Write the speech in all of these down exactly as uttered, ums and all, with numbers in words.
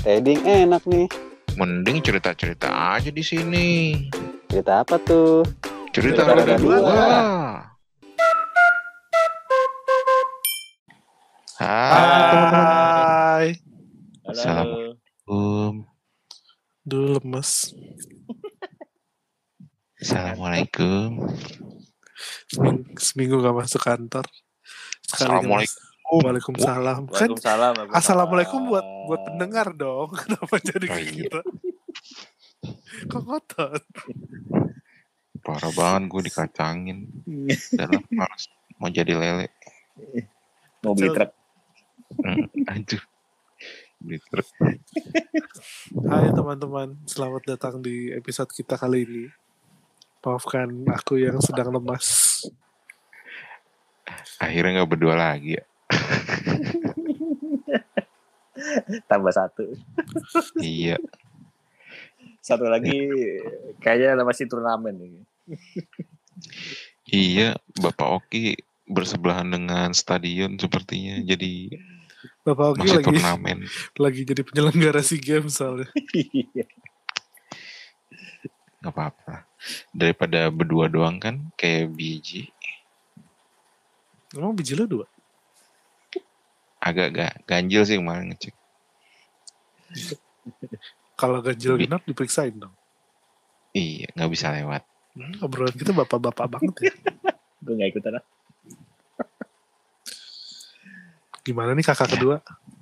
Heading enak nih. Mending cerita-cerita aja di sini. Cerita apa tuh? Cerita, Cerita roda roda dua. dua. Hai teman-teman. Hai. Halo, halo. Assalamualaikum. Dulu lemes. Assalamualaikum. Seminggu, seminggu gak masuk kantor. Sekali Assalamualaikum. Waalaikumsalam. Kan Waalaikumsalam. assalamualaikum buat buat pendengar dong. Kenapa jadi Oh, kayak iya. gitu? Kok ngotot? Parah banget gue dikacangin. Dan harus mau jadi lele. Mau beli truk. Hmm, aduh. Beli truk. Hai teman-teman, selamat datang di episode kita kali ini. Maafkan aku yang sedang lemas. Akhirnya gak berdua lagi ya. Tambah satu. Iya. Satu lagi kayaknya masih turnamen nih. Iya, Bapak Oki bersebelahan dengan stadion sepertinya. Jadi Bapak Oki masih lagi turnamen. lagi jadi penyelenggara SEA Games soalnya. Gak apa-apa. Daripada berdua doang kan kayak biji. Emang biji lo dua? Agak gak ganjil sih kemarin ngecek. Kalau ganjil Bi- genap diperiksain dong. Iya, gak bisa lewat. Hmm, obrolan kita bapak-bapak banget ya. Gue gak ikutan lah. Gimana nih kakak kedua?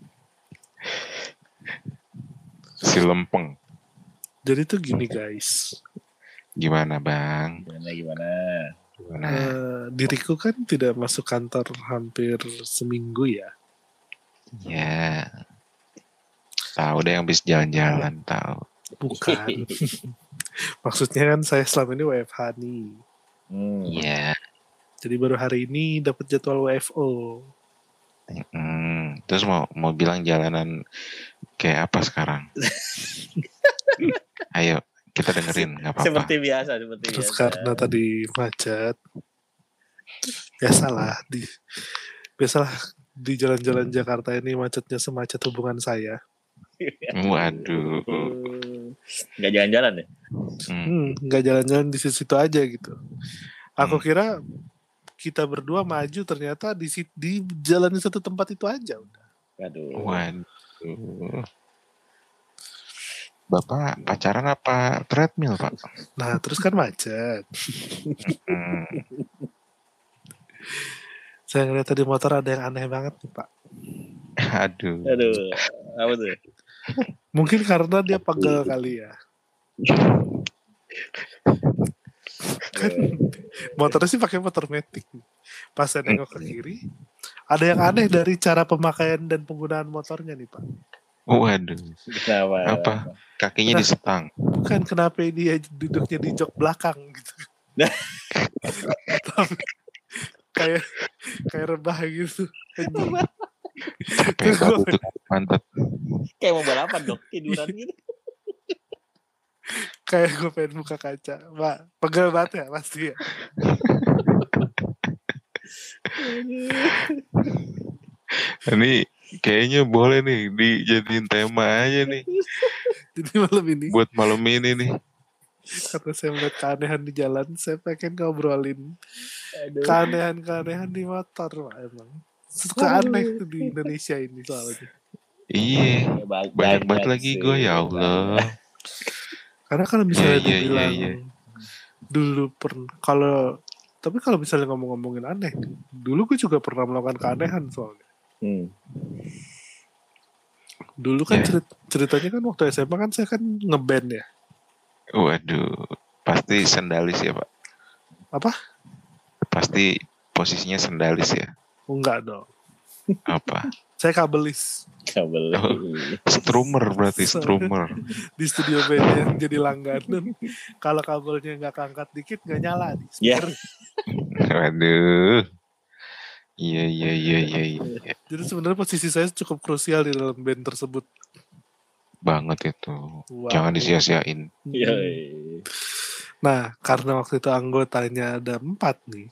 Si lempeng. Jadi tuh gini guys. Gimana bang? Gimana gimana? Gimana? Eh, diriku kan tidak masuk kantor hampir seminggu ya. Ya. Tahu deh yang habis jalan-jalan tahu. Bukan. Maksudnya kan saya selama ini W F H nih. Hmm. Iya. Jadi baru hari ini dapat jadwal W F O. Hmm. Terus mau mau bilang jalanan kayak apa sekarang? Ayo kita dengerin, nggak apa-apa. Seperti biasa, seperti Terus biasa. karena tadi macet. Biasalah di biasalah di jalan-jalan Jakarta ini macetnya semacet hubungan saya. Waduh. Nggak jalan-jalan ya? Hmm. Hmm, nggak jalan-jalan di situ aja gitu. Aku Hmm. kira kita berdua maju, ternyata di sit- di jalan di satu tempat itu aja udah. Aduh. Waduh. Bapak pacaran apa treadmill pak? Nah, terus kan macet. Hmm. Saya ngeliat tadi motor ada yang aneh banget nih, Pak. Aduh. Aduh. Apa tuh? Mungkin karena dia pegel kali ya. Kan motornya sih pakai motor matic. Pas saya nengok ke kiri, ada yang aneh dari cara pemakaian dan penggunaan motornya nih, Pak. Waduh. Kenapa? Apa? Kakinya Nah. disetang. Bukan kenapa dia duduknya di jok belakang gitu. Tapi kayak kayak rebah gitu. Capek banget tuh mantap. Kayak mau balapan dong, tiduran gitu. Kayak gue pengen buka kaca. Pak, pegel banget ya pasti ya. Ini kayaknya boleh nih dijadiin tema aja nih Jadi malam ini buat malam ini nih. karena saya melihat keanehan di jalan, saya pengen ngobrolin Aduh. keanehan-keanehan di motor, Pak, emang. Suka aneh tuh di Indonesia ini soalnya. Iya, Ba- banyak banget lagi sih. gue ya Allah. Karena kalau misalnya Iya, iya, dibilang iya, iya. dulu pernah, kalau tapi kalau misalnya ngomong-ngomongin aneh, dulu gue juga pernah melakukan keanehan soalnya. Hmm. Dulu kan Ya. cerit- ceritanya kan waktu S M A kan saya kan ngeband ya. Waduh, pasti sendalis ya pak. Apa? Pasti posisinya sendalis ya. Oh, enggak dong. Apa? Saya kabelis Kabel. Oh. Strummer berarti strummer. di studio band yang jadi langganan. Kalau kabelnya nggak keangkat dikit nggak nyala nih. Ya. speaker. Waduh. Iya iya iya iya iya. Jadi sebenarnya posisi saya cukup krusial di dalam band tersebut. Banget itu. Wow. Jangan disia-siain. Iya. Nah, karena waktu itu anggotanya ada empat nih,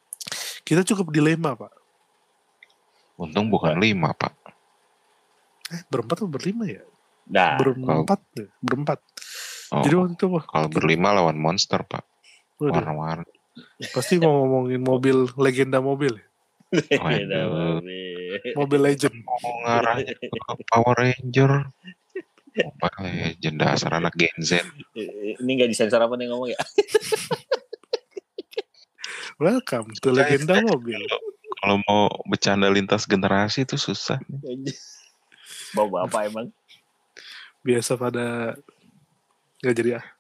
kita cukup dilema, Pak. Untung bukan lima pak. Eh berempat atau berlima ya? Nah, Berempat deh, berempat. Oh, Jadi waktu itu wah, kalau berlima lawan monster, Pak. waduh, Warna-warni. pasti mau ngomongin mobil, legenda mobil, ya? beda Waduh. mobil. Mobil legend. Mau ngarahnya ke Power Ranger. Power Legend dasar anak Gen Z. Ini nggak disensor apa nih ngomong ya? Welcome to legenda mobil. Kalau mau bercanda lintas generasi itu susah. Bawa apa emang? Biasa pada nggak jadi ah.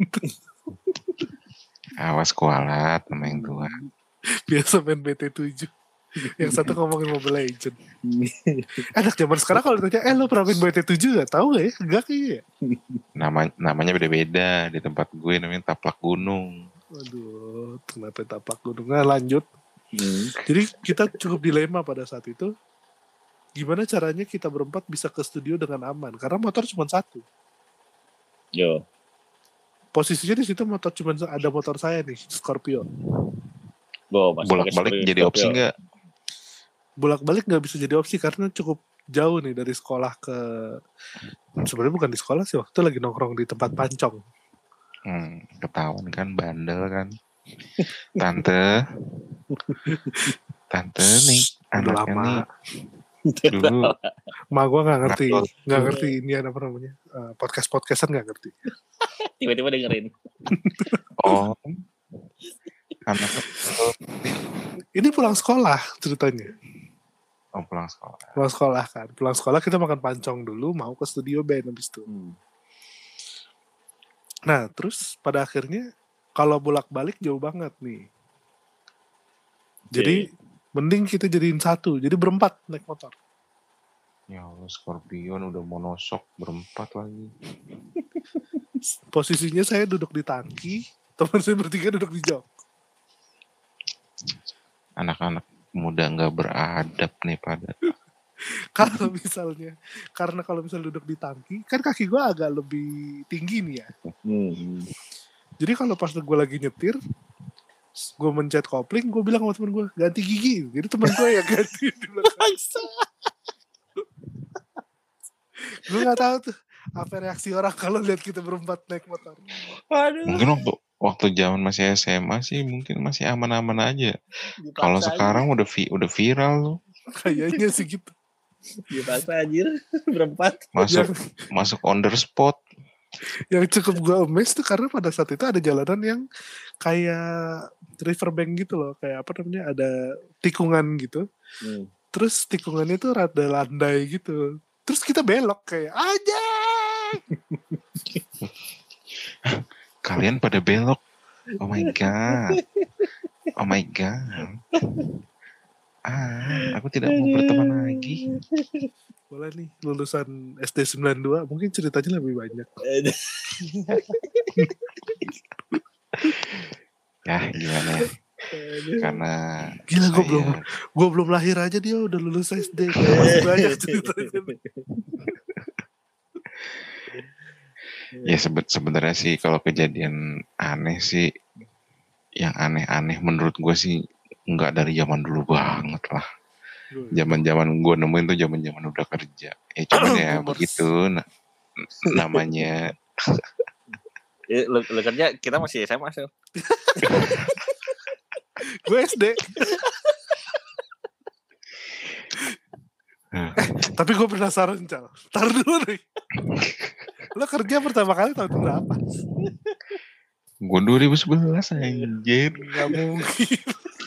Awas kualat sama yang tua. Biasa main B T tujuh. Yang satu ngomongin Mobile Legend. Anak zaman sekarang kalau ditanya, eh lo pernah main B T tujuh gak? Tahu gak ya? Enggak kayaknya. Nama, namanya beda-beda. Di tempat gue namanya Taplak Gunung. Waduh, kenapa tapak gunung? Nah, lanjut. Hmm. Jadi kita cukup dilema pada saat itu. Gimana caranya kita berempat bisa ke studio dengan aman? Karena motor cuma satu. Yo. Posisinya di situ motor cuma ada motor saya nih, Scorpio. Go, masuk Bolak-balik jadi opsi nggak? Bolak-balik nggak bisa jadi opsi karena cukup jauh nih dari sekolah ke. Sebenarnya bukan di sekolah sih, waktu lagi nongkrong di tempat pancong. Hmm, ketahuan kan, bandel kan. Tante, tante nih, Udah anaknya lama. nih dulu Ma gue nggak ngerti, Nakal. nggak ngerti ini apa namanya uh, podcast podcastan nggak ngerti. Tiba-tiba dengerin. oh anak Ini pulang sekolah ceritanya. oh pulang sekolah. Pulang sekolah kan, pulang sekolah kita makan pancong dulu, mau ke studio band habis itu. Hmm. Nah terus pada akhirnya kalau bolak-balik jauh banget nih. Jadi mending kita jadiin satu, jadi berempat naik motor. Ya Allah, Scorpion udah monosok berempat lagi. Posisinya saya duduk di tangki, teman saya bertiga duduk di jok. Anak-anak muda nggak beradab nih pada. Kalau misalnya, karena kalau misalnya duduk di tangki, kan kaki gue agak lebih tinggi nih ya. Hmm. Jadi kalau pas gue lagi nyetir, gue mencet kopling, gue bilang sama temen gue, ganti gigi. Jadi temen gue yang ganti di belakang. Gue gak tahu tuh apa reaksi orang kalau lihat kita berempat naik motor. Waduh. Mungkin waktu waktu zaman masih S M A sih mungkin masih aman-aman aja. Dipaksa Kalau aja. sekarang udah vi, udah viral loh. Kayaknya sih gitu. Dipaksa anjir. Berempat. Masuk Yang, masuk on the spot. yang cukup gue amazed tuh karena pada saat itu ada jalanan yang kayak riverbank gitu loh. Kayak apa namanya, ada tikungan gitu. Hmm. Terus tikungannya tuh rada landai gitu. Terus kita belok kayak aja. Kalian pada belok. Oh my god. Oh my god. Ah, aku tidak mau berteman lagi. Boleh nih lulusan S D sembilan dua mungkin ceritanya lebih banyak. Ya gimana ya. Karena Gila gue saya- belum gue belum lahir aja dia udah lulus S D. Masih banyak ceritanya. ya sebe- sebenarnya sih kalau kejadian aneh sih, yang aneh-aneh menurut gue sih nggak dari zaman dulu banget lah. Zaman-zaman gue nemuin tuh zaman-zaman udah kerja. Ya cuman ya Boomers. begitu na- namanya. Eh, lu, lu kerja kita masih S M A sih. Gue S D. Hmm. Tapi gue penasaran Cal. Tar dulu nih. Lo kerja pertama kali tahun berapa? Gue dua ribu sebelas anjir. Gak mungkin.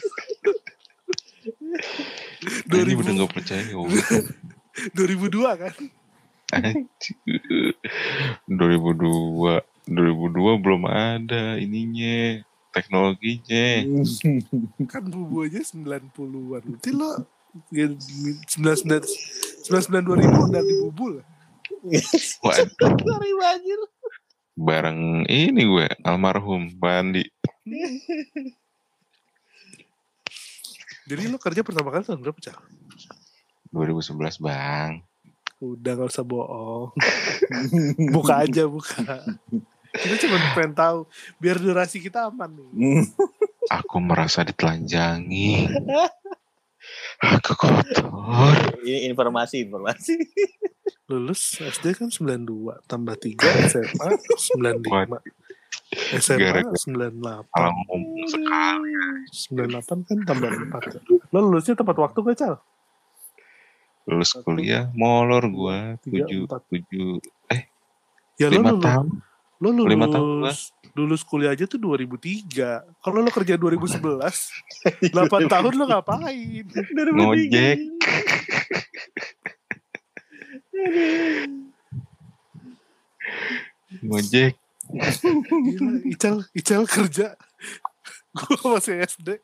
dua Ini ribu, udah gak percaya gue. dua ribu dua kan? Anjir. dua ribu dua dua ribu dua belum ada ininya, teknologinya. Kan bubu aja sembilan puluhan. Berarti lo ya, sembilan puluh sembilan sembilan puluh sembilan dua ribu udah dibubul. Waduh, Sorry anjir. bareng ini gue almarhum Bandi. Jadi lo kerja pertama kali tahun berapa Cal? dua ribu sebelas bang. Udah gak usah bohong. Buka aja buka. Kita cuma pengen tahu biar durasi kita aman nih. Aku merasa ditelanjangi. Aku kotor. Ini informasi informasi. lulus S D kan sembilan dua tambah tiga S M A sembilan lima S M A Gara-gara sembilan delapan kalau ngomong sekali. sembilan delapan kan tambah empat. Lo lulusnya tepat waktu gak, Cal? Lulus Satu, kuliah molor gua tiga, tujuh empat. tujuh eh Ya lo lima lulus, tahun lo lima tahun gua. lulus lulus kuliah aja tuh dua ribu tiga. Kalau lo kerja dua ribu sebelas, delapan tahun lo ngapain? Ngojek. Ngojek. Gila, Ical, Ical kerja. Gue masih S D.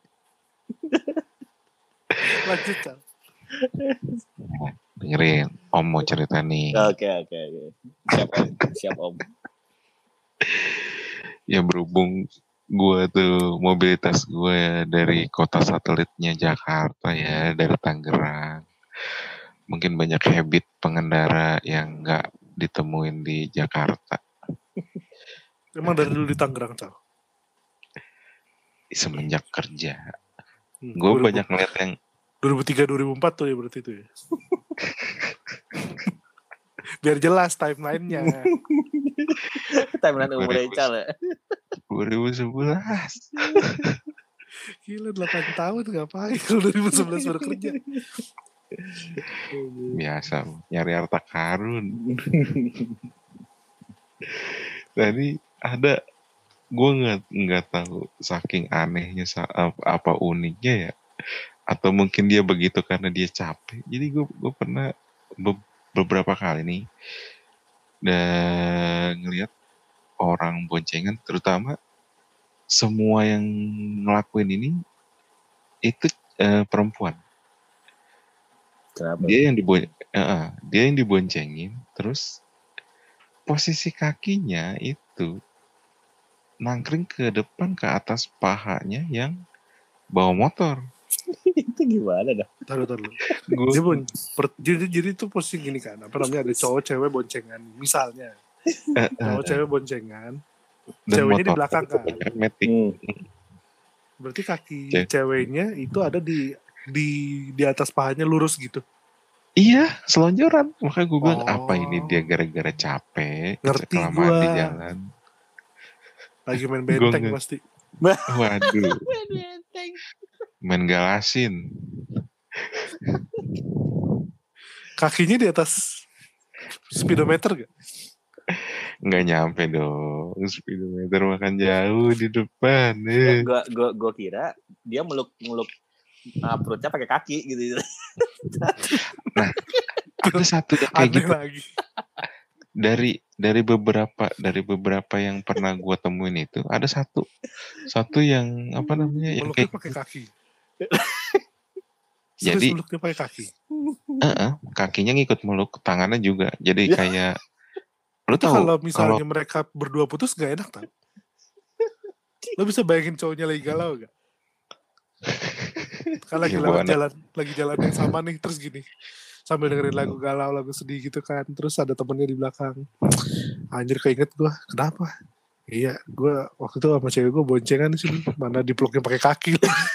Lanjut, Cal. Dengerin, Om mau cerita nih. Oke oke oke. Siap om, siap om. Ya berhubung gue tuh mobilitas gue dari kota satelitnya Jakarta ya, dari Tangerang. Mungkin banyak habit pengendara yang nggak ditemuin di Jakarta. Emang dari dulu di Tangerang, Cal? Semenjak kerja, Hmm, gue dua ribu banyak ngeliat yang dua ribu tiga dua ribu empat tuh ya berarti itu ya. Biar jelas timeline-nya. Timeline umur Ical ya. dua ribu sebelas. Gila delapan tahun ngapain kalau dua ribu sebelas baru kerja. Biasa nyari harta karun. Tadi ada, gue nggak nggak tahu saking anehnya apa, apa uniknya ya, atau mungkin dia begitu karena dia capek. Jadi gue gue pernah be- beberapa kali nih dan ngelihat orang boncengan, terutama semua yang ngelakuin ini itu eh, perempuan. Kenapa? Dia yang dibon eh, dia yang diboncengin, terus posisi kakinya itu nangkring ke depan ke atas pahanya yang bawa motor. Itu gimana dah? Taruh taruh. Gua, Dia bon, per- jadi jadi itu posisi gini kan. Apa namanya, ada cowok cewek boncengan misalnya. eh, eh, Cowok cewek boncengan. dan Ceweknya di motor belakang kan. Matic. Hmm. Berarti kaki Ce- ceweknya itu ada di di di atas pahanya lurus gitu. Iya, selonjoran. Makanya gue bilang, Oh. apa ini dia gara-gara capek, Ngerti kelamaan gua. di jalan. Lagi main Gua benteng nggak- pasti. Waduh, main galasin. Kakinya di atas speedometer gak? Nggak nyampe dong, speedometer makan jauh di depan. Eh. Gua gua gua kira dia meluk meluk uh, perutnya pakai kaki gitu. Ada satu yang kayak Aneh gitu. lagi. dari dari beberapa dari beberapa yang pernah gue temuin itu ada satu satu yang apa namanya yang Meluknya kayak pakai kaki. Jadi- Serius meluknya pakai kaki. uh-uh, kakinya ngikut meluk, tangannya juga jadi Ya. kayak lu Itu tahu kalau misalnya kalau mereka berdua putus gak enak tau. Lo bisa bayangin cowoknya lagi galau gak? Kan lagi Ya, lewat bukan. jalan, lagi jalan yang sama nih, terus gini sambil dengerin lagu galau, lagu sedih gitu kan, terus ada temennya di belakang. Anjir, keinget gue, kenapa? Iya, gue waktu itu sama cewek gue boncengan sih, mana dipeluknya pakai kaki.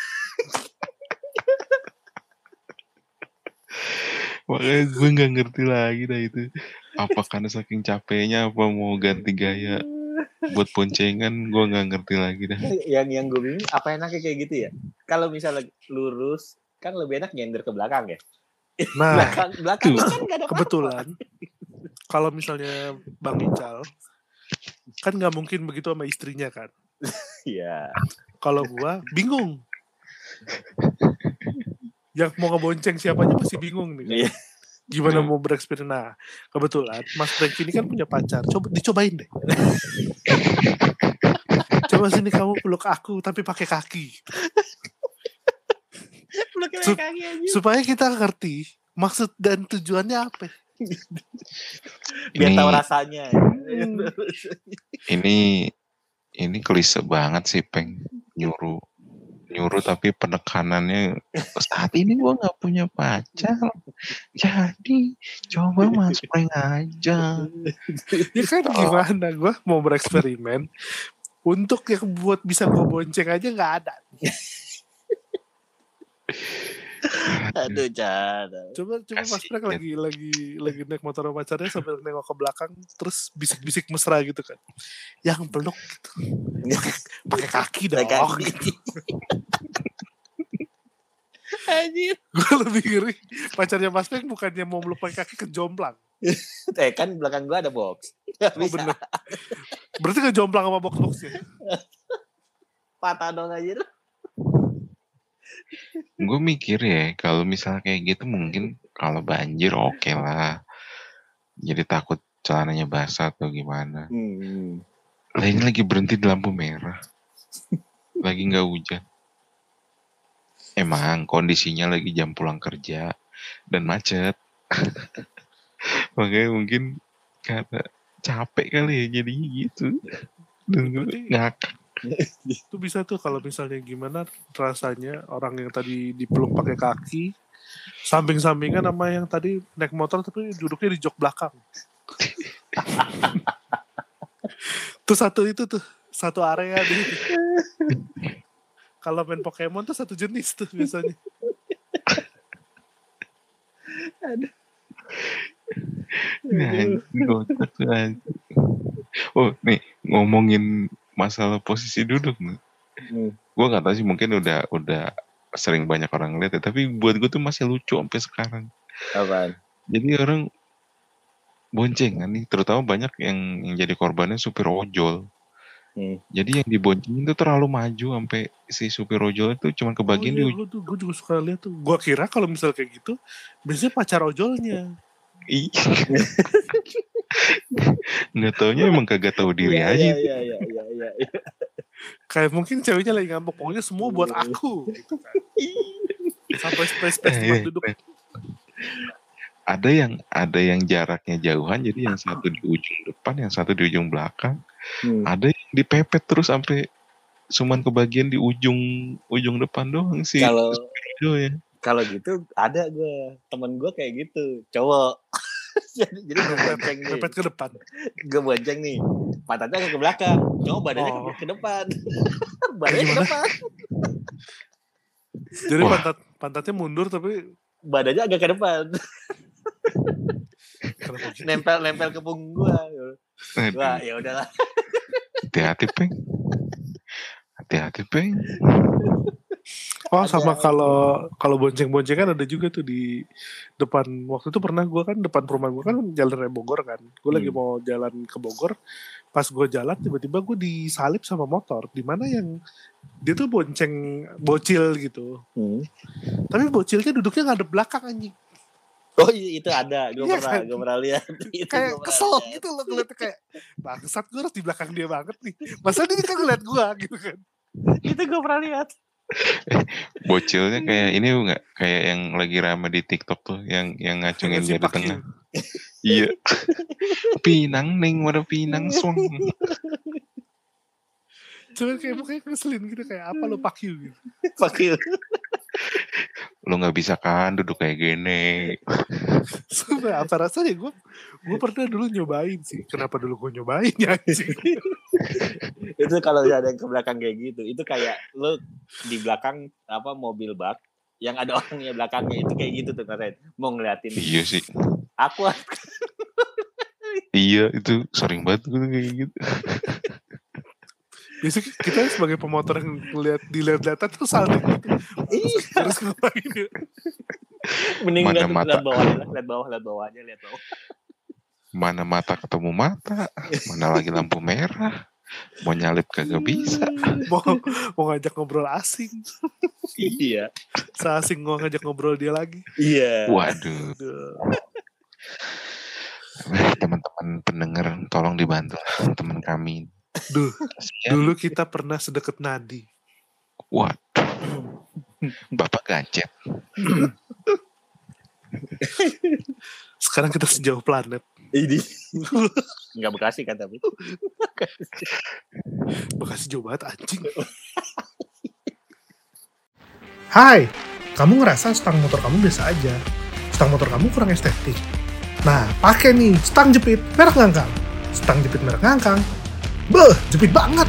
makanya gue nggak ngerti lagi dah itu apa karena saking capeknya apa mau ganti gaya buat boncengan, gue nggak ngerti lagi dah. yang yang gue bingung apa enaknya kayak gitu ya? Kalau misalnya lurus kan lebih enak nyender ke belakang ya. Nah, belakang belakang tuh. kan nggak ada kebetulan kalau misalnya Bang Ical kan nggak mungkin begitu sama istrinya kan. Iya. Kalau gua bingung, yang mau ngebonceng siapanya masih bingung nih kan? Iya. Gimana mau bereksperimen. Nah, kebetulan Mas Frank ini kan punya pacar, coba dicobain deh. Coba sini kamu peluk aku tapi pakai kaki, Sup- supaya kita ngerti maksud dan tujuannya apa. Biar Ini- tahu rasanya. Ini ini klise banget sih, Peng, nyuruh nyuruh tapi penekanannya saat ini gue nggak punya pacar, jadi coba Mas Peng aja. Ya kan gimana, gue mau bereksperimen untuk yang buat bisa gue bonceng aja nggak ada. Aduh, cara. Coba coba Mas Kasih, Frank ya. lagi lagi lagi naik motor sama pacarnya sambil nengok ke belakang terus bisik-bisik mesra gitu kan. Yang peluk gitu. Pakai kaki dong. Pakai kaki. Anjir. Gue lebih ngeri pacarnya Mas Frank bukannya mau meluk pakai kaki kejomplang. Eh kan belakang gua ada box. Gak Oh bisa. bener. Berarti kejomplang sama box-boxnya. Patah dong anjir. Gue mikir ya, kalau misalnya kayak gitu mungkin kalau banjir oke lah. Jadi takut celananya basah atau gimana. Hmm. Lah ini lagi berhenti di lampu merah. Lagi nggak hujan. Emang kondisinya lagi jam pulang kerja dan macet. Makanya mungkin karena capek kali ya jadinya gitu. Dan gue Berarti- ngakak. Itu bisa tuh kalau misalnya gimana rasanya orang yang tadi dipeluk pakai kaki samping-sampingan sama yang tadi naik motor tapi duduknya di jok belakang. Tuh satu itu tuh satu area di kalau main Pokemon tuh satu jenis tuh biasanya. Nah, gocak tuh anjing. Oh nih ngomongin masalah posisi duduk nih. Hmm. Gue nggak tahu sih mungkin udah udah sering banyak orang lihat ya. Tapi buat gue tuh masih lucu sampai sekarang. Apaan? Jadi orang boncengan nih, terutama banyak yang, yang jadi korbannya supir ojol. Hmm. Jadi yang diboncengin tuh terlalu maju sampai si supir ojol itu cuma kebagian Oh, iya, di gue tuh gue juga suka lihat tuh. Gue kira kalau misal kayak gitu biasanya pacar ojolnya. Ih. Nggak taunya emang kagak tahu diri Iya, aja. Iya iya iya iya iya. iya. Kayak mungkin ceweknya lagi ngambek pokoknya semua buat aku gitu kan. Sampai space-space tempat duduk. Ada yang ada yang jaraknya jauhan, jadi yang satu di ujung depan, yang satu di ujung belakang. Hmm. Ada yang dipepet terus sampai cuman kebagian di ujung ujung depan doang sih. Kalau ya. kalau gitu ada gue temen gue kayak gitu cowok. jadi jadi gue bonceng nih. Mepet ke depan. Gue bonceng nih. Pantatnya agak ke belakang. Cowok badannya Oh. ke depan. badannya ke Gimana? depan. Jadi Wah. pantat pantatnya mundur tapi Badannya agak ke depan. kenapa gitu? nempel nempel ke punggung gue. Aduh, Wah ya udahlah. hati-hati peng. Hati-hati peng. Oh Ada. sama kalau kalau bonceng-boncengan ada juga tuh di depan. Waktu itu pernah gue kan depan perumahan gue kan jalan raya Bogor kan. Gue lagi Hmm. mau jalan ke Bogor. Pas gue jalan tiba-tiba gue disalip sama motor. Di mana yang dia tuh bonceng bocil gitu. Hmm. Tapi bocilnya duduknya ngadep belakang anjing. Oh iya itu ada. Gue Iya pernah kan? gue pernah lihat. Itu Kayak gua pernah kesel lihat. gitu loh ngeliatnya kayak bangsat gue harus di belakang dia banget nih. Masa dia kan ngeliat gue gitu kan. Itu gue pernah lihat. Bocilnya kayak ini enggak kayak yang lagi rame di TikTok tuh yang yang ngacungin Si dia di Pak tengah. Yu. Iya. Pinang ning, mana pinang swang. Cuman kayak mukanya ngeselin gitu kayak apa lo Pak Yu gitu. Fuck you. Lu nggak bisa kan duduk kayak gini. Sumpah, apa rasanya gue gue pernah dulu nyobain sih. Kenapa dulu gue nyobain ya anjing? Itu kalau ada yang ke belakang kayak gitu, itu kayak lu di belakang apa mobil bak yang ada orangnya belakangnya itu kayak gitu tuh keren. Mau ngeliatin Iya sih. aku Iya itu sering banget gue kayak gitu. Biasanya kita sebagai pemotor yang ngeliat dilihat-lihatan tuh salting gitu. Terus ngapain ya? mending Mana lihat mata. lihat bawah, lihat bawah, lihat bawah aja, lihat bawah. Mana mata ketemu mata, mana lagi lampu merah. Mau nyalip kagak bisa. Mau, mau ngajak ngobrol asing. Iya. Seasing mau ngajak ngobrol dia lagi. Iya. Waduh. Aduh. Eh, teman-teman pendengar tolong dibantu lah teman kami. Duh, Kasian. dulu kita pernah sedekat nadi. Waduh. Bapak gancet. Sekarang kita sejauh planet. Ini nggak Bekasi kan tapi. Bekasi jauh banget anjing. Hai, kamu ngerasa stang motor kamu biasa aja. Stang motor kamu kurang estetik. Nah, pakai nih stang jepit merek Ngangkang. Stang jepit merek Ngangkang. Beuh, jepit banget.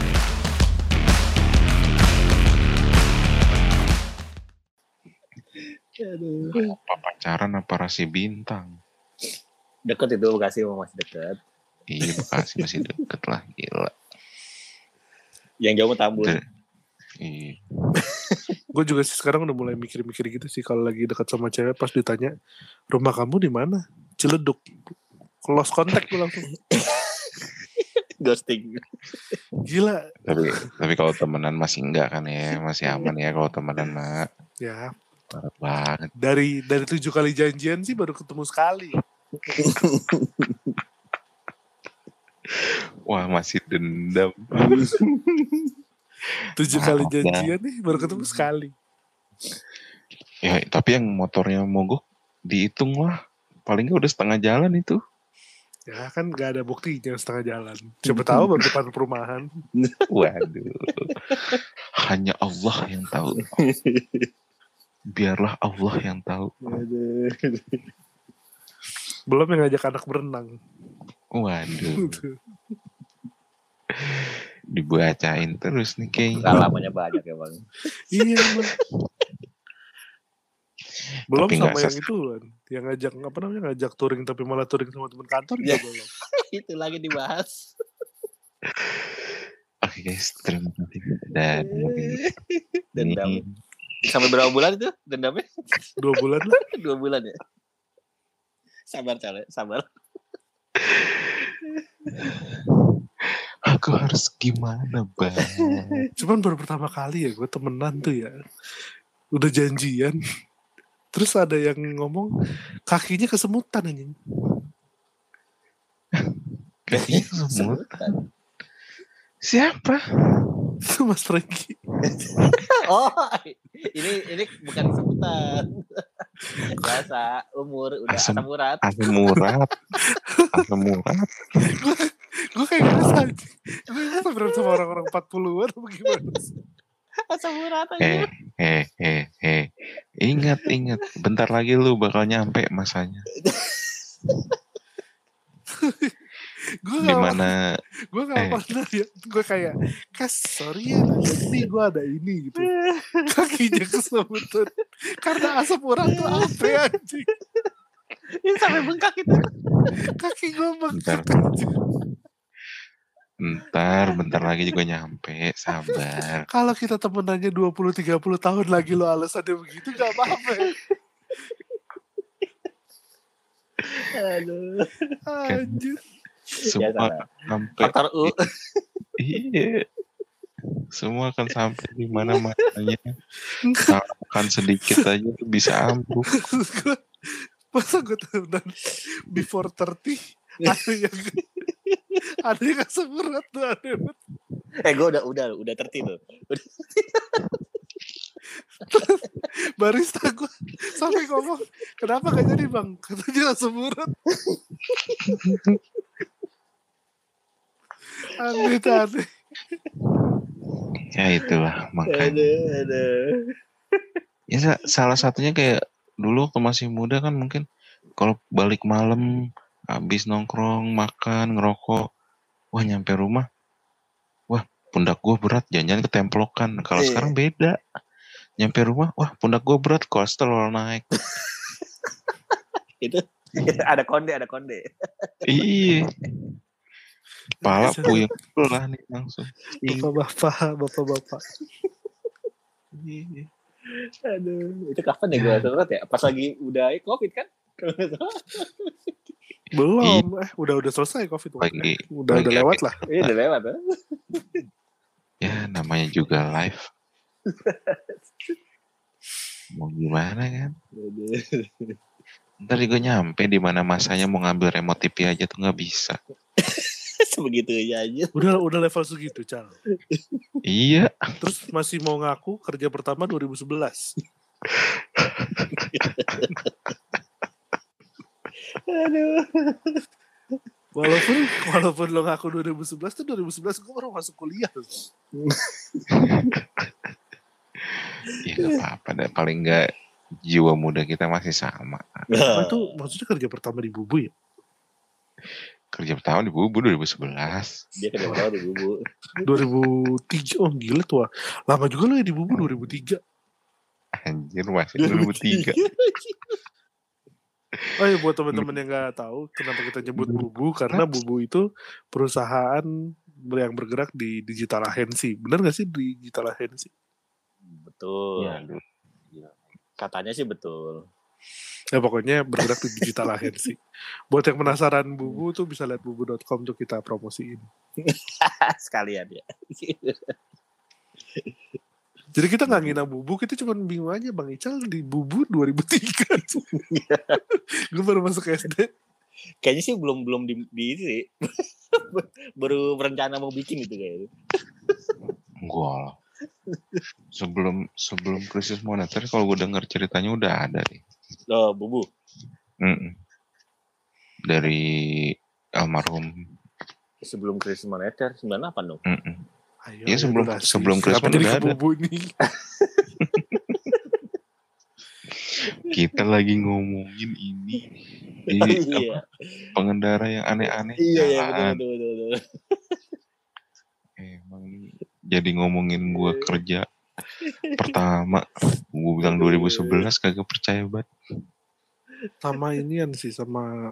Aduh. Apa pacaran apa rasi bintang? Deket itu Bekasi emang masih deket. Iya Bekasi masih deket lah, gila. Yang jauh mah Tambun. Der- Iya. Gue juga sih sekarang udah mulai mikir-mikir gitu sih kalau lagi dekat sama cewek pas ditanya rumah kamu di mana? Ciledug. Close contact gue langsung. Ghosting. Gila. Tapi tapi kalau temenan masih enggak kan ya, masih aman ya kalau temenan mah. Ya, Parah banget. dari dari tujuh kali janjian sih baru ketemu sekali. Wah masih dendam. Tujuh Nah, kali udah. janjian nih baru ketemu sekali. Ya tapi yang motornya mogok dihitung lah. Paling nggak udah setengah jalan itu. Ya kan gak ada buktinya setengah jalan. Siapa tahu baru depan perumahan. Waduh. Hanya Allah yang tahu. Biarlah Allah yang tahu. Belum yang ngajak anak berenang. Waduh. Dibacain terus nih kayaknya. Pengalamannya banyak ya bang. Iya emang. Belum Tapi sama nggak yang ses- itu kan. Yang ngajak, apa namanya, ngajak touring tapi malah touring sama teman kantor juga Ya. belum. Itu lagi dibahas. Oke guys, terima kasih. Dan Dendam. ini Sampai berapa bulan itu dendamnya? Dua bulan lah. Dua bulan ya. Sabar Cale, sabar. aku harus gimana bang? Cuman baru pertama kali ya gue temenan tuh ya. Udah janjian. Terus ada yang ngomong kakinya kesemutan anjing. Kakinya semut. Siapa? Itu Mas Franky. Oh, ini ini bukan sebutan. Biasa umur udah Asam- asam urat. Asam urat. Asam urat. Gue kayak ngerasa anjing. Gue ngerasa berat sama orang-orang empat puluhan apa gimana sih? Asam urat Eh, aja. eh, eh, eh. Ingat, ingat. Bentar lagi lu bakal nyampe masanya. Gue gak, Dimana gue gak eh. pernah ya. Gue kayak, Kas, sorry ya, jadi gue ada ini gitu. Kakinya kesemutan. Karena asam urat tuh apa ya anjing. Ini sampai bengkak itu. Kaki gue bentar, bengkak anjing. bentar, bentar lagi juga nyampe. Sabar. Kalau kita temenannya dua puluh tiga puluh tahun lagi lo alasannya begitu gak apa-apa ya. Aduh. Anjir. Semua sana. sampai. Faktor U. Iya. Semua akan sampai di mana masanya. Makan sedikit aja tuh bisa ambruk. Gue, masa gue temenan before thirty ada yang ada yang asam urat tuh ada banget. Eh gue udah udah udah tertib loh. Udah. Barista gue sampai ngomong kenapa gak jadi bang, katanya asam urat. Aneh-aneh. Ya itulah makanya. Aduh, aduh. Ya sa- salah satunya kayak dulu waktu masih muda kan mungkin kalau balik malam habis nongkrong, makan, ngerokok, wah nyampe rumah, wah pundak gue berat, jangan-jangan ketemplokan. Kalau Iya. sekarang beda, nyampe rumah, wah pundak gue berat, kolesterol naik. Itu ada konde, ada konde. Iya, kepala puyeng lah nih langsung. Bapak-bapak, bapak-bapak. Aduh, itu kapan ya gue surat ya? Pas lagi udah covid kan? Belum, eh udah udah selesai covid. Lagi, Udah lagi udah lewat habis. lah. Iya udah lewat ya. Ya namanya juga live. Mau gimana kan? Ntar juga nyampe di mana masanya mau ngambil remote T V aja tuh nggak bisa. Sebegitunya aja. Udah udah level segitu, Cal. Iya, Terus masih mau ngaku kerja pertama dua ribu sebelas. Aduh. Walaupun walaupun lo ngaku dua ribu sebelas tuh dua ribu sebelas gue baru masuk kuliah. ya nggak apa-apa deh. Paling nggak jiwa muda kita masih sama. Apa itu maksudnya kerja pertama di Bubu ya? Kerja pertama di Bubu dua ribu sebelas. Dia kerja pertama di Bubu. dua ribu tiga. Oh gila tua. Lama juga lo ya di Bubu dua ribu tiga. Anjir. anjir masih dua ribu tiga. Oh iya, buat teman-teman yang nggak tahu kenapa kita nyebut Bubu, karena Bubu itu perusahaan yang bergerak di digital agency. Bener nggak sih digital agency? Betul. Ya, aduh. Katanya sih betul. Ya pokoknya bergerak di digital agency. Buat yang penasaran Bubu tuh bisa lihat bubu dot com tuh kita promosiin. Sekalian ya. Jadi kita nggak ngina Bubu, kita cuma bingung aja Bang Ical di Bubu dua ribu tiga. Gue baru masuk S D. Kayaknya sih belum belum di, di ini sih. Baru berencana mau bikin itu kayaknya. Enggak lah. Sebelum sebelum krisis moneter kalau gue dengar ceritanya udah ada nih. Oh, Bubu. Mm-mm. Dari almarhum. Sebelum krisis moneter sembilan puluh delapan dong. Mm-mm. Ayo, Ya sebelum durasi. sebelum krisis Kenapa jadi udah ke ada. Bubu nih? Kita lagi ngomongin ini di Iya. apa, pengendara yang aneh-aneh. Iya, iya, Jangan. betul, betul, betul, betul. Emang ini jadi ngomongin gue kerja pertama. Gue bilang dua ribu sebelas kagak percaya banget. Sama inian sih, sama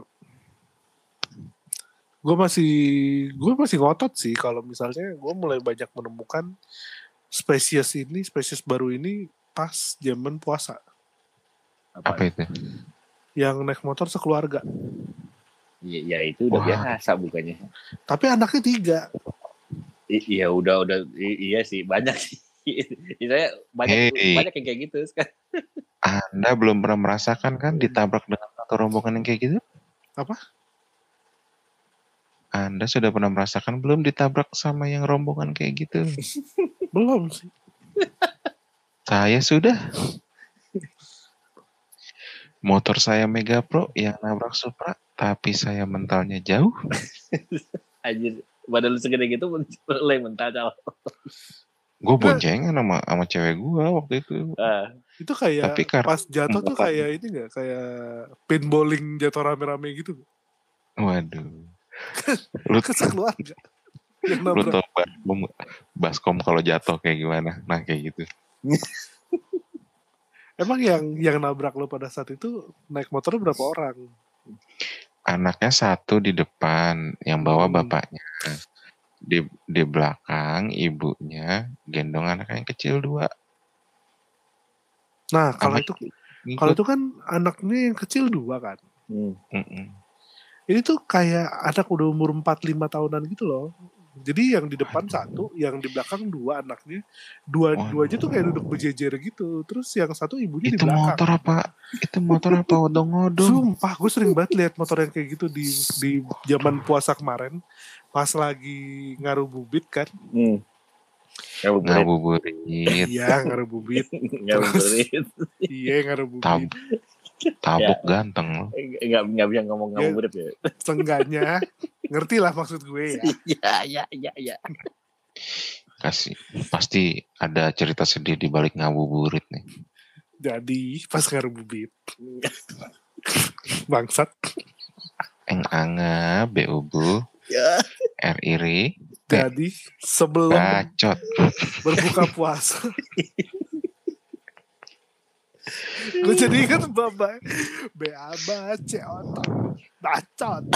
gue masih gue masih ngotot sih kalau misalnya gue mulai banyak menemukan spesies ini, spesies baru ini pas zaman puasa. Apa, Apa itu? Yang naik motor sekeluarga. Iya, ya, itu udah Wah. biasa bukannya. Tapi anaknya tiga. I- iya udah udah i- iya sih banyak sih. Saya banyak Hey. banyak yang kayak gitu sekarang. Anda belum pernah merasakan kan ditabrak dengan satu rombongan yang kayak gitu? Apa? Anda sudah pernah merasakan belum ditabrak sama yang rombongan kayak gitu? Belum sih. Saya sudah. Motor saya Mega Pro yang nabrak Supra, tapi saya mentalnya jauh. Anjir, badan lu segede gitu lu yang mental cal. Gue boncengan sama sama cewek gue waktu itu. Ah, Itu kayak Tapi karena- pas jatuh tuh kayak ini gak? Kayak pinballing jatuh rame-rame gitu. Waduh. Lu, Ke sekeluarga. Yang lu nabrak. tau baskom, baskom kalau jatuh kayak gimana? Nah kayak gitu. Emang yang yang nabrak lo pada saat itu naik motor berapa orang? Anaknya satu di depan, yang bawa Hmm. bapaknya. Di di belakang ibunya gendong anak yang kecil dua. Nah, kalau Sama itu ngikut. kalau itu kan anaknya yang kecil dua kan. hmm. Mm-mm. Ini tuh kayak anak udah umur empat lima tahunan gitu loh. Jadi yang di depan satu, yang di belakang dua anaknya. Dua Waduh. dua aja tuh kayak duduk berjejer gitu. Terus yang satu ibunya di Itu belakang. motor apa? Itu motor apa odong-odong? Sumpah, gue sering banget lihat motor yang kayak gitu di di zaman puasa kemarin, pas lagi ngarububurit kan. Hmm. Ngabuburit. Ngabuburit. Iya, ngarububurit. Ngabuburit. Iya, ngarububurit. Tab tabuk ganteng loh. Enggak enggak bisa ngomong ngabuburit ya. Seenggaknya ngerti lah maksud gue ya. Iya, iya, iya, iya. Kasih pasti ada cerita sedih di balik ngabuburit nih. Jadi pas ngarububurit. Bangsat. Eng anga B U B U Ya. R iri Jadi sebelum bacot. berbuka puasa. Gue jadi ingat babak B A B C otak bacot.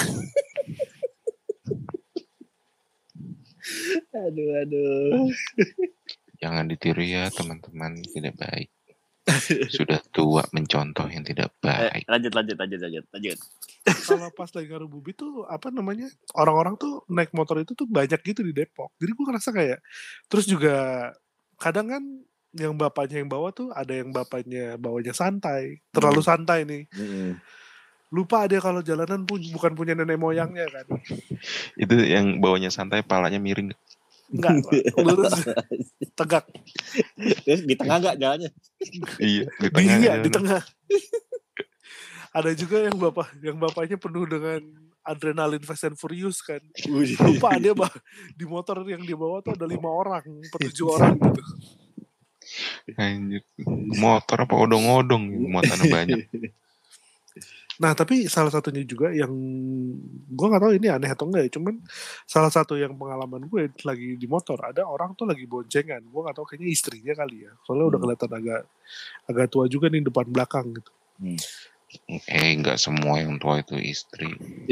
Aduh, aduh. Jangan ditiru ya teman-teman, tidak baik. Sudah tua mencontoh yang tidak Eh, baik. lanjut, lanjut, lanjut, lanjut, lanjut. Kalau pas lagi ngarububurit tuh apa namanya, orang-orang tuh naik motor itu tuh banyak gitu di Depok. Jadi gue ngerasa kayak, terus juga kadang kan yang bapaknya yang bawa tuh ada yang bapaknya bawanya santai, terlalu santai nih. Hmm. Lupa dia kalau jalanan pun bukan punya nenek moyangnya kan. Itu yang bawanya santai, palanya miring. Enggak, lurus tegak. Terus di tengah enggak jalannya? Iya, di Di, tengah. iya, aja. di tengah. Ada juga yang bapak yang bapaknya penuh dengan adrenalin Fast and Furious kan. Lupa dia bah, di motor yang dia bawa tuh ada lima orang, petujuh orang gitu. Anjir. Motor apa odong-odong, muatannya banyak. Nah tapi salah satunya juga yang gue nggak tahu ini aneh atau enggak ya, cuman salah satu yang pengalaman gue lagi di motor ada orang tuh lagi boncengan, gue nggak tahu kayaknya istrinya kali ya, soalnya udah Hmm. kelihatan agak agak tua juga nih depan belakang gitu. Hmm. Eh, nggak semua yang tua itu istri.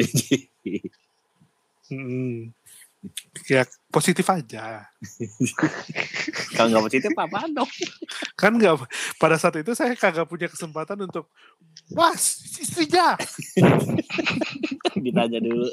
Hmm. Ya positif aja. Kalau nggak positif apa dong? Kan nggak, pada saat itu saya kagak punya kesempatan untuk was istrinya. Ditanya dulu.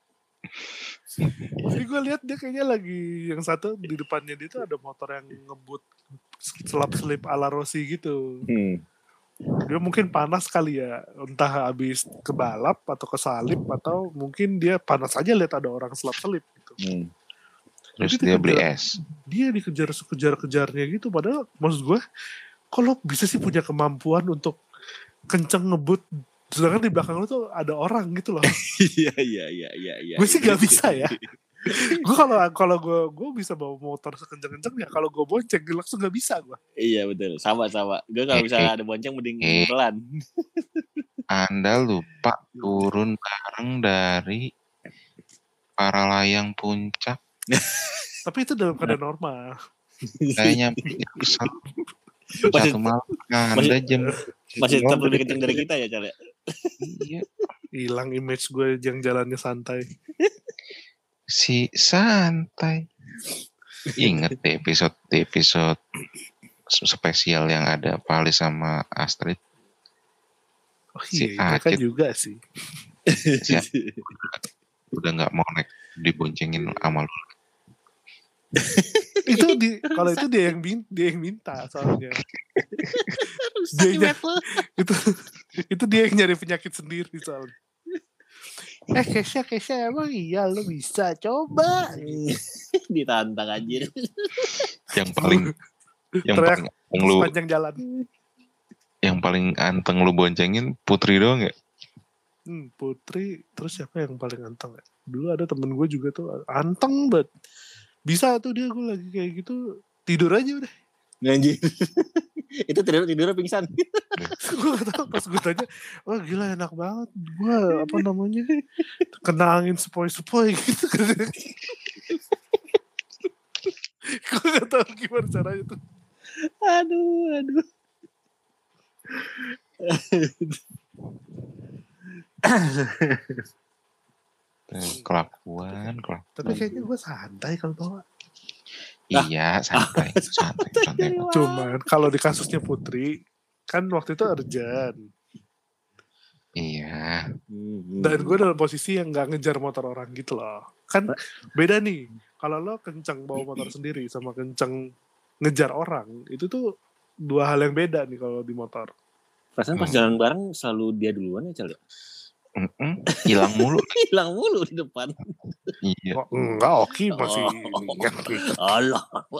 Jadi gue lihat dia kayaknya lagi yang satu di depannya dia tuh ada motor yang ngebut selap selip ala Rossi gitu. Hmm. Dia mungkin panas kali ya, entah habis kebalap atau kesalip atau mungkin dia panas aja lihat ada orang selap selip gitu. Hmm. Terus Jadi dia beli dikejar- es. Dia dikejar kejar-kejarnya gitu, padahal maksud gue kalau bisa sih punya kemampuan untuk kenceng ngebut sedangkan di belakang lu tuh ada orang gitu loh. Iya iya iya iya iya. Gue sih gak bisa ya. Gue kalau kalau gue gue bisa bawa motor sekenceng-kencengnya, kalau gue bonceng langsung gak bisa gue. Iya betul, sama sama. Gue kalau Eh, misalnya ada bonceng mending eh. pelan. Anda lupa turun bareng dari para layang puncak. Tapi itu dalam keadaan normal. Saya nyampe Jaksel Masih- satu malam. masih- Anda jam Masih tetap lebih kenceng dari kita ya, Cal ya? Iya. Hilang image gue yang jalannya santai. Si santai. Ingat deh episode episode spesial yang ada Pali sama Astrid. Oh Si iya, itu kan Acep. juga sih. Si udah nggak mau naik diboncengin sama lu. Itu di kalau itu dia yang min, dia yang minta soalnya. Dia yang- itu itu dia yang nyari penyakit sendiri soalnya. Eh Kesha Kesha emang iya lo bisa coba. Ditantang anjir. Yang paling yang Teriak paling anteng lu sepanjang jalan. yang paling anteng lu boncengin Putri doang ya? Hmm, Putri, terus siapa yang paling anteng ya? Dulu ada temen gue juga tuh anteng banget. Bisa tuh dia, gue lagi kayak gitu tidur aja udah. Anjir. Itu tidur tidurnya pingsan. Gue gak tau, pas gue tanya, wah gila enak banget. Gue apa namanya kena angin sepoi-sepoi gitu. Gue gak tau gimana caranya tuh. Aduh, aduh. Eh, Kelakuan, kelakuan. Tapi kayaknya gue santai kalau bawa. Iya, santai, santai, santai. Cuman kalau di kasusnya Putri, kan waktu itu urgent. Iya. Hmm. Dan gue dalam posisi yang gak ngejar motor orang gitu loh. Kan beda nih. Kalau lo kenceng bawa motor sendiri sama kenceng ngejar orang, itu tuh dua hal yang beda nih kalau di motor. Perasaan pas Hmm. jalan bareng selalu dia duluan ya, Cal ya? Mm-mm, hilang mulu. Hilang mulu di depan. Iya. Oh, enggak, Oki masih Oh. ini. Allah.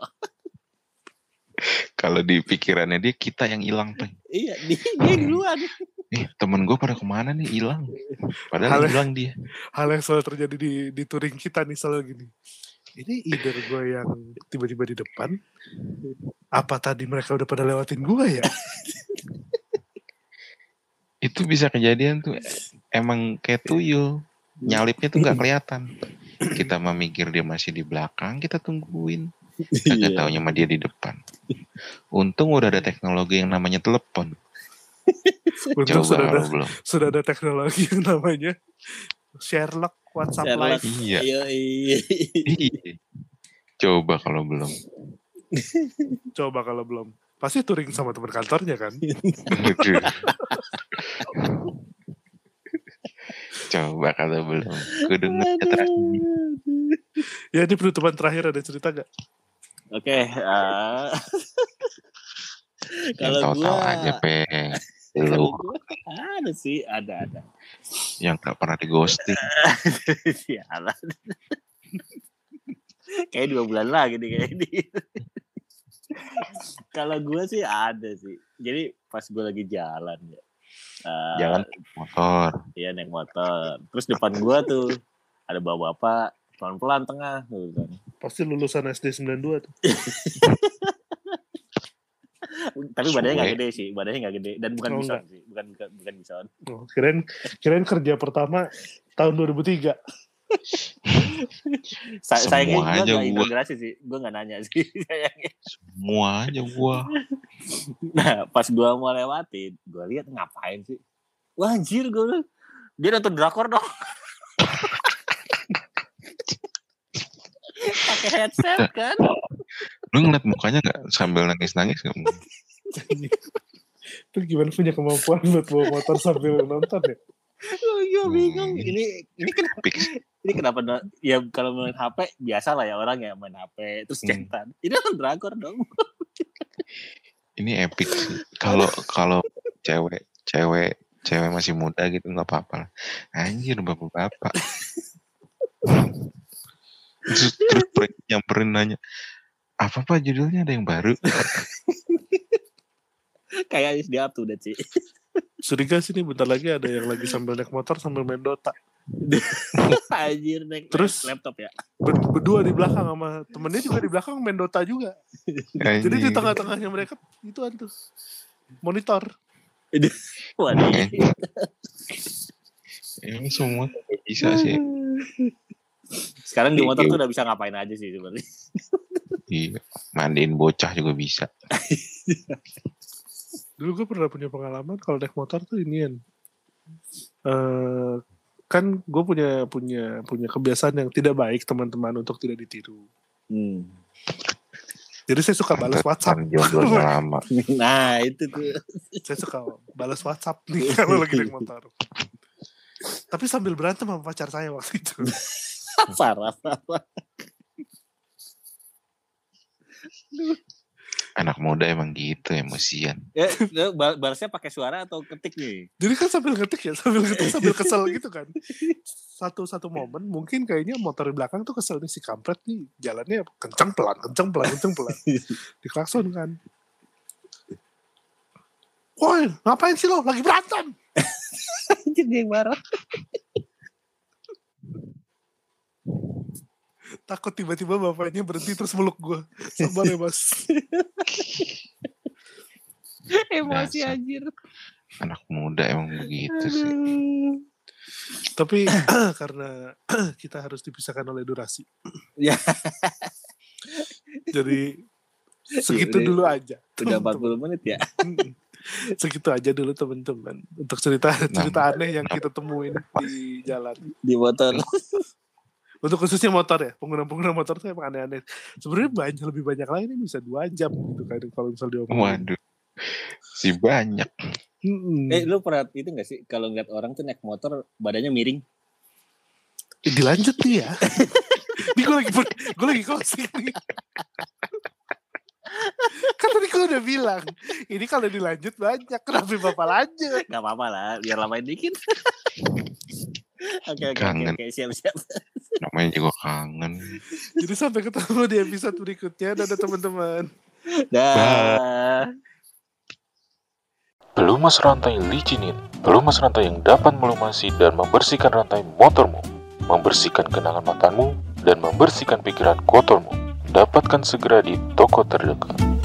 Kalau di pikirannya dia kita yang hilang, Peng. Iya, dia, dia duluan. Eh, temen gue pada kemana nih hilang? Padahal Halo. hilang dia. Hal yang selalu terjadi di, di touring kita nih selalu gini. Ini either gue yang tiba-tiba di depan, apa tadi mereka udah pada lewatin gue ya? Itu bisa kejadian tuh emang kayak tuyul. Nyalipnya tuh nggak kelihatan. Kita memikir dia masih di belakang, kita tungguin. Kagak Iya. taunya sama dia di depan. Untung udah ada teknologi yang namanya telepon. Untung Coba sudah ada, kalau belum. sudah ada teknologi yang namanya Sherlock WhatsApp Sherlock. Live. Iya. Iya, iya. Iya. Coba kalau belum. Coba kalau belum. Pasti touring sama teman kantornya kan? Aduh. Coba kalau belum. Kudu ngeterak. Ya ini penutupan terakhir ada cerita gak? Oke, eh, Yang kalau tahu-tahu gua aja, Peng. kalau Lu gua ada sih, ada ada. yang gak pernah di ghosting. Sialan. Kayak dua bulan lagi nih kayak ini. Kalau gue sih ada sih. Jadi pas gue lagi jalan ya. Uh, Jalan motor. Iya naik motor. Terus depan gue tuh ada bapak-bapak pelan-pelan tengah gitu kan. Pasti lulusan S D sembilan dua tuh. Tapi badannya nggak Suwe. gede sih, badannya nggak gede dan bukan Oh, bison enggak. sih, bukan bukan, bukan bison. Oh, kirain kirain kerja pertama tahun dua ribu tiga. Sa- Semua sayangnya gue aja nggak gua. integrasi sih, gue nggak nanya sih. Sayangnya. Semua aja gua. Nah pas gue mau lewatin, gue lihat ngapain sih? Wah anjir gue bilang, dia nonton drakor dong. Pakai headset kan? Lu ngeliat mukanya nggak sambil nangis-nangis nggak? Itu gimana punya kemampuan buat bawa motor sambil nonton ya? Oh, gue bingung. Ini ini kenapa? Fix. Ini kenapa? no- Ya kalau main H P biasa lah ya orang ya main H P terus Hmm. chatan. Ini nonton drakor dong. Ini epic sih. Kalau kalau cewek cewek cewek masih muda gitu nggak apa-apa lah. Anjir bapak-bapak. Terus, terus mereka nyamperin nanya, apa pak judulnya, ada yang baru? Kayak di up to date sih. Curiga sih nih bentar lagi ada yang lagi sambil naik motor sambil main Dota. Anjir naik Terus? laptop ya. Ber- berdua di belakang sama temennya juga di belakang main Dota juga. Jadi di Anjing. tengah-tengahnya mereka itu tuh monitor. Waduh. Ini semua bisa sih. Sekarang di motor tuh udah bisa ngapain aja sih sebenarnya. Iya. Mandiin bocah juga bisa. Dulu gue pernah punya pengalaman kalau naik motor tuh inian. Eh kan gue punya punya punya kebiasaan yang tidak baik teman-teman untuk tidak ditiru. Hmm. Jadi saya suka balas WhatsApp. Pantesan jodohnya lama. Nah itu tuh. Saya suka balas WhatsApp nih kalau lagi naik motor. Tapi sambil berantem sama pacar saya waktu itu. Parah, parah. Anak muda emang gitu, emosian. Ya, ya, bal- balasnya pakai suara atau ketik nih? Jadi kan sambil ngetik ya, sambil ngetik sambil kesel gitu kan. Satu-satu momen mungkin kayaknya motor di belakang tuh kesel nih si kampret nih jalannya kencang pelan, kencang pelan, kencang pelan. Diklakson kan. Woi, ngapain sih lo? Lagi berantem. Anjir dia yang marah. Takut tiba-tiba bapaknya berhenti terus meluk gue. Sabar ya mas. Emosi Dasar. anjir. Anak muda emang begitu sih. Tapi karena kita harus dipisahkan oleh durasi. Ya. Jadi segitu Udah- dulu aja. Udah empat teman-teman. puluh menit ya. Mm-mm. Segitu aja dulu teman-teman untuk cerita cerita aneh yang kita temuin di jalan. Di motor. Untuk khususnya motor ya, pengguna-pengguna motor tuh emang aneh-aneh. Sebenarnya banyak lebih banyak lagi nih bisa dua jam gitu kan kalau misal diomongin. Waduh. Si banyak. Mm-mm. Eh lu pernah itu gak sih kalau ngeliat orang tuh naik motor badannya miring? Eh, dilanjut nih ya. Ini gue lagi gue lagi closing nih. Kan tadi gue udah bilang, ini kalau dilanjut banyak, kenapa bapak lanjut? Gak apa-apa lah, biar lamain dikit. Oke oke oke Kangen. oke siap siap. Namanya juga kangen. Jadi sampai ketemu di episode berikutnya. Dadah teman-teman. Dah. Pelumas rantai licinin, pelumas rantai yang dapat melumasi dan membersihkan rantai motormu, membersihkan kenangan mantanmu, dan membersihkan pikiran kotormu. Dapatkan segera di toko terdekat.